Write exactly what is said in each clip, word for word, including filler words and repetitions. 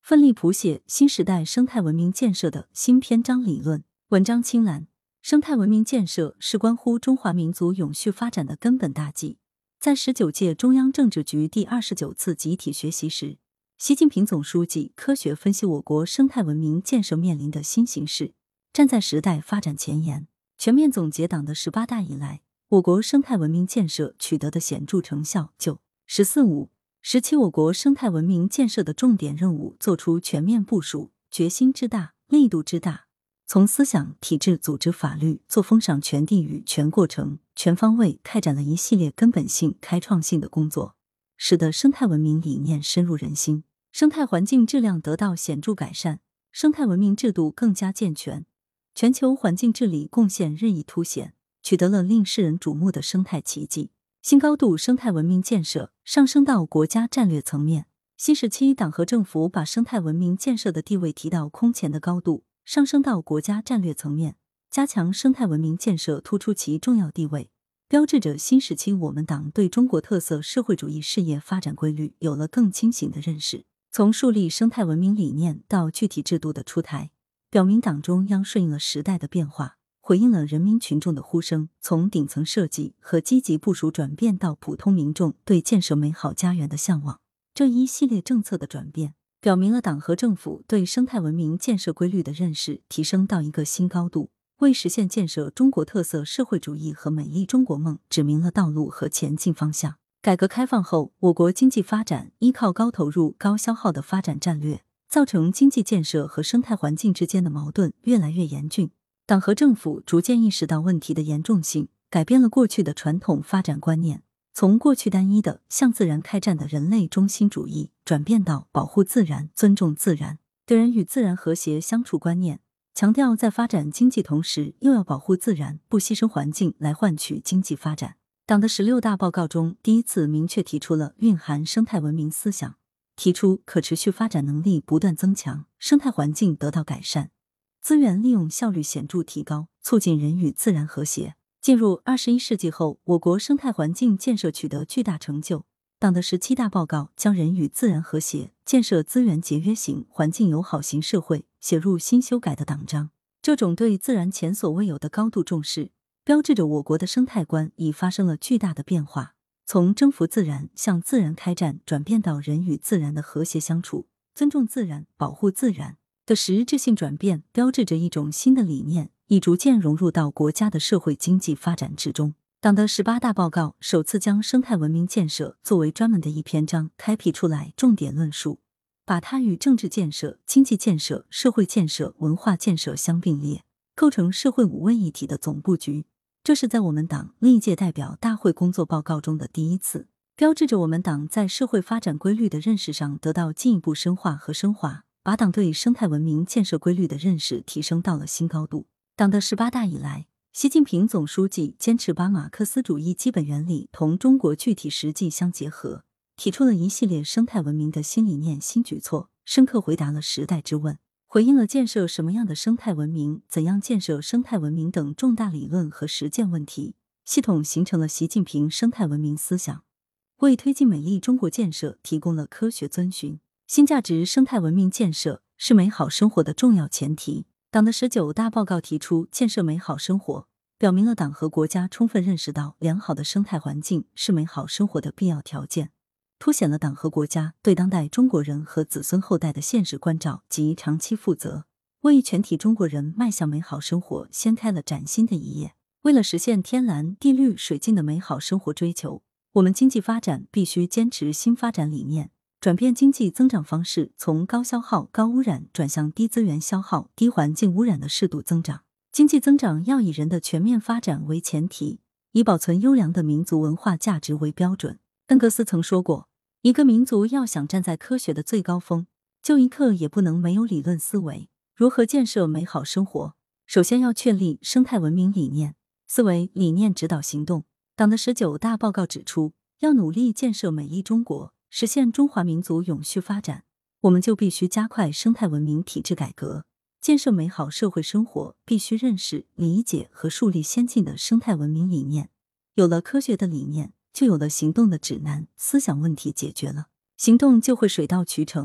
奋力谱写新时代生态文明建设的新篇章理论。文章青蓝，生态文明建设是关乎中华民族永续发展的根本大计。在十九届中央政治局第二十九次集体学习时，习近平总书记科学分析我国生态文明建设面临的新形势，站在时代发展前沿，全面总结党的十八大以来我国生态文明建设取得的显著成效，就“十四五”时期我国生态文明建设的重点任务作出全面部署，决心之大，力度之大，从思想、体制、组织、法律、作风上全地域、全过程、全方位开展了一系列根本性、开创性的工作，使得生态文明理念深入人心，生态环境质量得到显著改善，生态文明制度更加健全，全球环境治理贡献日益凸显，取得了令世人瞩目的生态奇迹。新高度生态文明建设上升到国家战略层面，新时期党和政府把生态文明建设的地位提到空前的高度，上升到国家战略层面，加强生态文明建设突出其重要地位，标志着新时期我们党对中国特色社会主义事业发展规律有了更清醒的认识。从树立生态文明理念到具体制度的出台，表明党中央顺应了时代的变化，回应了人民群众的呼声，从顶层设计和积极部署转变到普通民众对建设美好家园的向往。这一系列政策的转变，表明了党和政府对生态文明建设规律的认识提升到一个新高度，为实现建设中国特色社会主义和美丽中国梦指明了道路和前进方向。改革开放后，我国经济发展依靠高投入、高消耗的发展战略，造成经济建设和生态环境之间的矛盾越来越严峻。党和政府逐渐意识到问题的严重性，改变了过去的传统发展观念，从过去单一的向自然开战的人类中心主义，转变到保护自然、尊重自然、对人与自然和谐相处观念，强调在发展经济同时又要保护自然，不牺牲环境来换取经济发展。党的十六大报告中第一次明确提出了蕴含生态文明思想，提出可持续发展能力不断增强，生态环境得到改善，资源利用效率显著提高，促进人与自然和谐。进入二十一世纪后，我国生态环境建设取得巨大成就。党的十七大报告将人与自然和谐、建设资源节约型、环境友好型社会写入新修改的党章。这种对自然前所未有的高度重视，标志着我国的生态观已发生了巨大的变化，从征服自然、向自然开战转变到人与自然的和谐相处、尊重自然、保护自然的实质性转变，标志着一种新的理念已逐渐融入到国家的社会经济发展之中。党的十八大报告首次将生态文明建设作为专门的一篇章开辟出来，重点论述，把它与政治建设、经济建设、社会建设、文化建设相并列，构成社会五位一体的总布局。这是在我们党历届代表大会工作报告中的第一次，标志着我们党在社会发展规律的认识上得到进一步深化和升华，把党对生态文明建设规律的认识提升到了新高度。党的十八大以来，习近平总书记坚持把马克思主义基本原理同中国具体实际相结合，提出了一系列生态文明的新理念、新举措，深刻回答了时代之问，回应了建设什么样的生态文明、怎样建设生态文明等重大理论和实践问题，系统形成了习近平生态文明思想，为推进美丽中国建设提供了科学遵循。新价值生态文明建设是美好生活的重要前提。党的十九大报告提出建设美好生活，表明了党和国家充分认识到良好的生态环境是美好生活的必要条件，凸显了党和国家对当代中国人和子孙后代的现实关照及长期负责，为全体中国人迈向美好生活掀开了崭新的一页。为了实现天蓝地绿水净的美好生活追求，我们经济发展必须坚持新发展理念，转变经济增长方式，从高消耗、高污染转向低资源消耗、低环境污染的适度增长。经济增长要以人的全面发展为前提，以保存优良的民族文化价值为标准。恩格斯曾说过，一个民族要想站在科学的最高峰，就一刻也不能没有理论思维。如何建设美好生活？首先要确立生态文明理念，思维理念指导行动。党的十九大报告指出，要努力建设美丽中国，实现中华民族永续发展，我们就必须加快生态文明体制改革。建设美好社会生活，必须认识、理解和树立先进的生态文明理念。有了科学的理念，就有了行动的指南，思想问题解决了，行动就会水到渠成。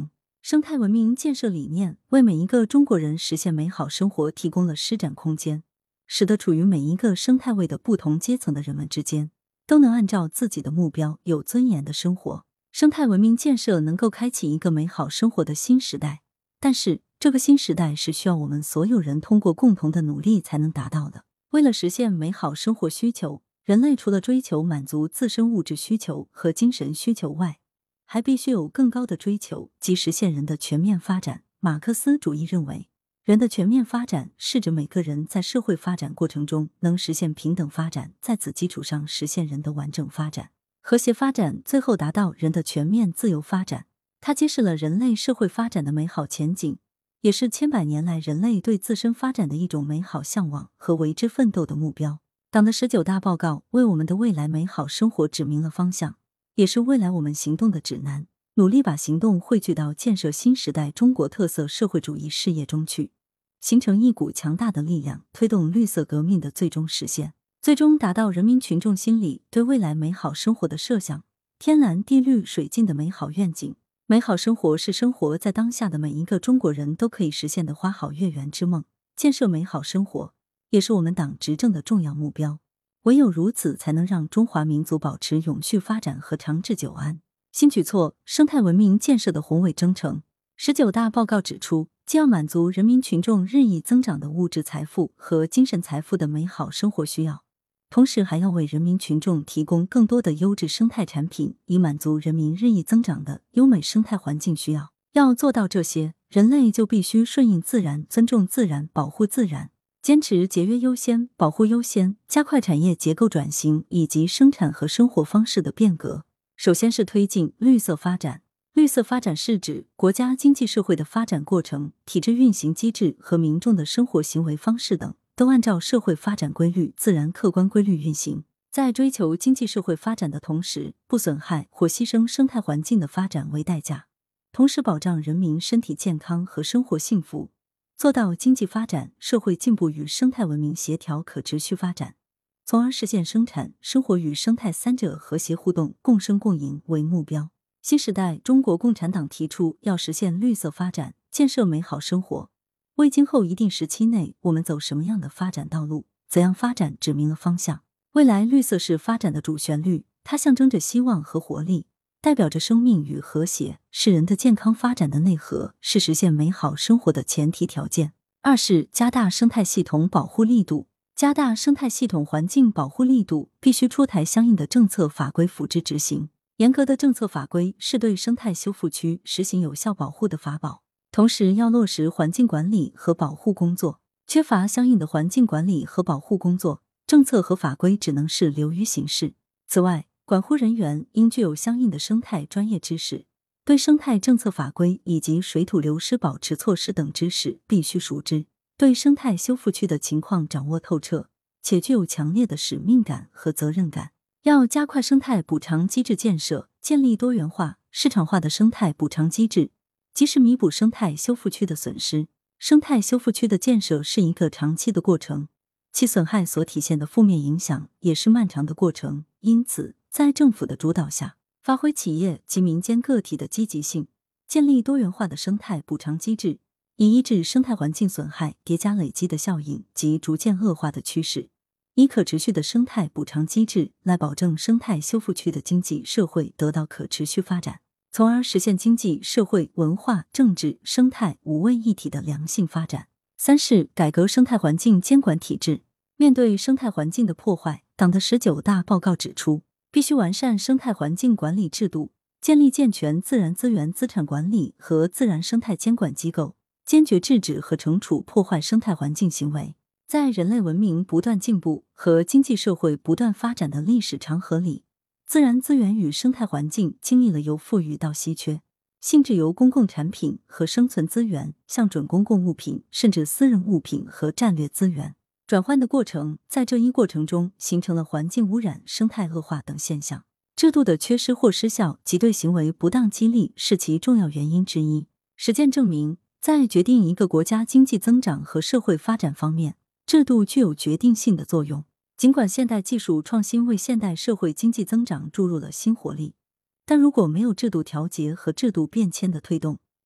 生态文明建设理念为每一个中国人实现美好生活提供了施展空间，使得处于每一个生态位的不同阶层的人们之间都能按照自己的目标有尊严的生活。生态文明建设能够开启一个美好生活的新时代，但是这个新时代是需要我们所有人通过共同的努力才能达到的。为了实现美好生活需求，人类除了追求满足自身物质需求和精神需求外，还必须有更高的追求，即实现人的全面发展。马克思主义认为，人的全面发展是指每个人在社会发展过程中能实现平等发展，在此基础上实现人的完整发展、和谐发展，最后达到人的全面自由发展。它揭示了人类社会发展的美好前景，也是千百年来人类对自身发展的一种美好向往和为之奋斗的目标。党的十九大报告为我们的未来美好生活指明了方向，也是未来我们行动的指南，努力把行动汇聚到建设新时代中国特色社会主义事业中去，形成一股强大的力量，推动绿色革命的最终实现，最终达到人民群众心里对未来美好生活的设想，天蓝地绿水净的美好愿景。美好生活是生活在当下的每一个中国人都可以实现的花好月圆之梦，建设美好生活也是我们党执政的重要目标。唯有如此，才能让中华民族保持永续发展和长治久安。新举措：生态文明建设的宏伟征程。十九大报告指出，既要满足人民群众日益增长的物质财富和精神财富的美好生活需要，同时还要为人民群众提供更多的优质生态产品，以满足人民日益增长的优美生态环境需要。要做到这些，人类就必须顺应自然，尊重自然，保护自然，坚持节约优先、保护优先，加快产业结构转型以及生产和生活方式的变革。首先是推进绿色发展。绿色发展是指国家经济社会的发展过程、体制运行机制和民众的生活行为方式等都按照社会发展规律、自然客观规律运行，在追求经济社会发展的同时，不损害或牺牲生态环境的发展为代价，同时保障人民身体健康和生活幸福，做到经济发展、社会进步与生态文明协调可持续发展，从而实现生产、生活与生态三者和谐互动、共生共赢为目标。新时代中国共产党提出要实现绿色发展，建设美好生活，为今后一定时期内我们走什么样的发展道路、怎样发展指明了方向。未来绿色是发展的主旋律，它象征着希望和活力，代表着生命与和谐，是人的健康发展的内核，是实现美好生活的前提条件。二是加大生态系统保护力度。加大生态系统环境保护力度，必须出台相应的政策法规辅之执行。严格的政策法规是对生态修复区实行有效保护的法宝，同时要落实环境管理和保护工作。缺乏相应的环境管理和保护工作，政策和法规只能是流于形式。此外，管护人员应具有相应的生态专业知识，对生态政策法规以及水土流失保持措施等知识必须熟知，对生态修复区的情况掌握透彻，且具有强烈的使命感和责任感。要加快生态补偿机制建设，建立多元化、市场化的生态补偿机制，及时弥补生态修复区的损失。生态修复区的建设是一个长期的过程，其损害所体现的负面影响也是漫长的过程。因此，在政府的主导下，发挥企业及民间个体的积极性，建立多元化的生态补偿机制，以抑制生态环境损害叠加累积的效应及逐渐恶化的趋势，以可持续的生态补偿机制来保证生态修复区的经济社会得到可持续发展，从而实现经济社会文化政治生态五位一体的良性发展。三是改革生态环境监管体制。面对生态环境的破坏，党的十九大报告指出，必须完善生态环境管理制度，建立健全自然资源资产管理和自然生态监管机构，坚决制止和惩处破坏生态环境行为。在人类文明不断进步和经济社会不断发展的历史长河里，自然资源与生态环境经历了由富裕到稀缺，性质由公共产品和生存资源向准公共物品甚至私人物品和战略资源转换的过程。在这一过程中，形成了环境污染、生态恶化等现象。制度的缺失或失效及对行为不当激励是其重要原因之一。实践证明，在决定一个国家经济增长和社会发展方面，制度具有决定性的作用。尽管现代技术创新为现代社会经济增长注入了新活力，但如果没有制度调节和制度变迁的推动，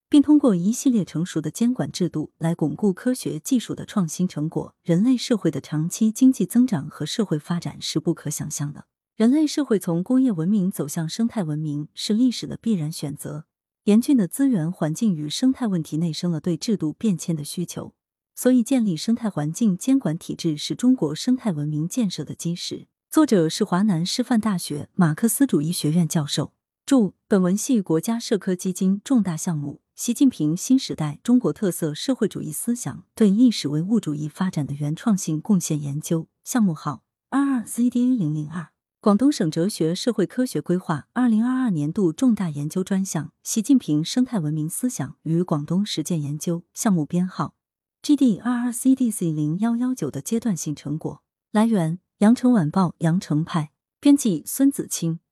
并通过一系列成熟的监管制度来巩固科学技术的创新成果，人类社会的长期经济增长和社会发展是不可想象的。人类社会从工业文明走向生态文明是历史的必然选择，严峻的资源环境与生态问题内生了对制度变迁的需求，所以建立生态环境监管体制是中国生态文明建设的基石。作者是华南师范大学马克思主义学院教授。注：本文系国家社科基金重大项目习近平新时代中国特色社会主义思想对历史唯物主义发展的原创性贡献研究，项目号 二二 C D A 零零二。广东省哲学社会科学规划二零二二年度重大研究专项习近平生态文明思想与广东实践研究，项目编号 G D 二二 C D C 零一一九的阶段性成果。来源：羊城晚报羊城派，编辑孙子清。